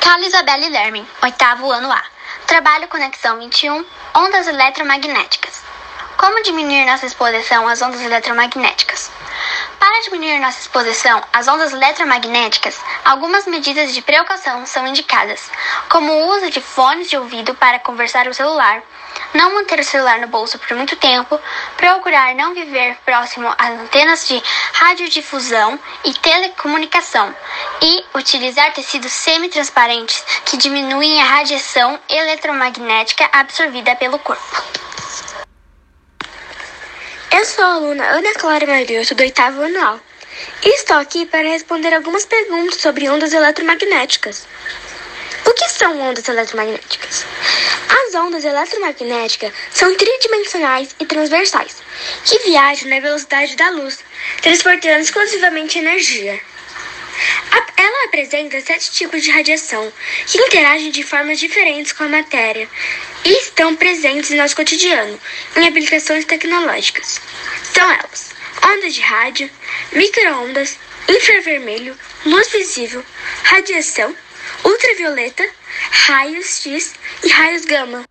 Carla Isabelle Lermin, 8º ano A. Trabalho Conexão 21, ondas eletromagnéticas. Como diminuir nossa exposição às ondas eletromagnéticas? Para diminuir nossa exposição às ondas eletromagnéticas, algumas medidas de precaução são indicadas, como o uso de fones de ouvido para conversar o celular, não manter o celular no bolso por muito tempo, procurar não viver próximo às antenas de radiodifusão e telecomunicação e utilizar tecidos semi-transparentes que diminuem a radiação eletromagnética absorvida pelo corpo. Eu sou a aluna Ana Clara Marioto, do 8º ano A, e estou aqui para responder algumas perguntas sobre ondas eletromagnéticas. O que são ondas eletromagnéticas? As ondas eletromagnéticas são tridimensionais e transversais, que viajam na velocidade da luz, transportando exclusivamente energia. Ela apresenta 7 tipos de radiação, que interagem de formas diferentes com a matéria e estão presentes em nosso cotidiano, em aplicações tecnológicas. São elas: ondas de rádio, micro-ondas, infravermelho, luz visível, radiação, ultravioleta, raios X e raios gama.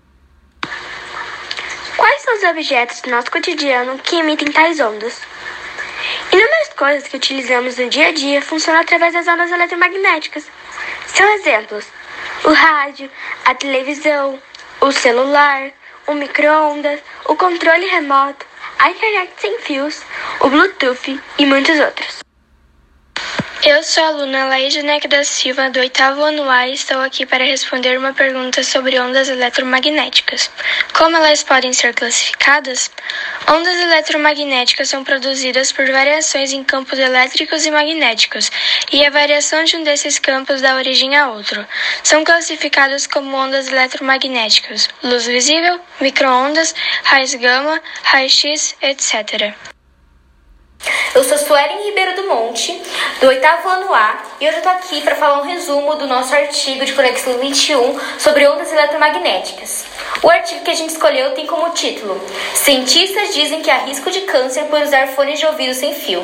Quais são os objetos do nosso cotidiano que emitem tais ondas? Inúmeras coisas que utilizamos no dia a dia funcionam através das ondas eletromagnéticas. São exemplos: o rádio, a televisão, o celular, o micro-ondas, o controle remoto, a internet sem fios, o Bluetooth e muitos outros. Eu sou a aluna Laís Neck da Silva, do 8º ano A, e estou aqui para responder uma pergunta sobre ondas eletromagnéticas. Como elas podem ser classificadas? Ondas eletromagnéticas são produzidas por variações em campos elétricos e magnéticos, e a variação de um desses campos dá origem a outro. São classificadas como ondas eletromagnéticas: luz visível, micro-ondas, raios gama, raios X, etc. Eu sou Suelen Ribeiro do Monte, do 8º ano A, e hoje eu tô aqui para falar um resumo do nosso artigo de Conexão 21 sobre ondas eletromagnéticas. O artigo que a gente escolheu tem como título: Cientistas dizem que há risco de câncer por usar fones de ouvido sem fio.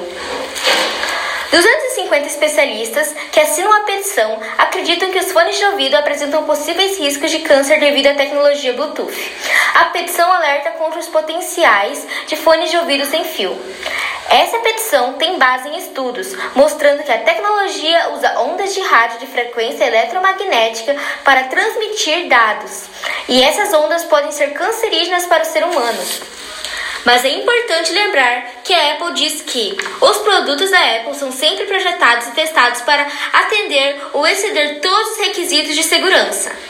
250 especialistas que assinam a petição acreditam que os fones de ouvido apresentam possíveis riscos de câncer devido à tecnologia Bluetooth. A petição alerta contra os potenciais de fones de ouvido sem fio. Essa petição tem base em estudos, mostrando que a tecnologia usa ondas de rádio de frequência eletromagnética para transmitir dados, e essas ondas podem ser cancerígenas para o ser humano. Mas é importante lembrar que a Apple diz que os produtos da Apple são sempre projetados e testados para atender ou exceder todos os requisitos de segurança.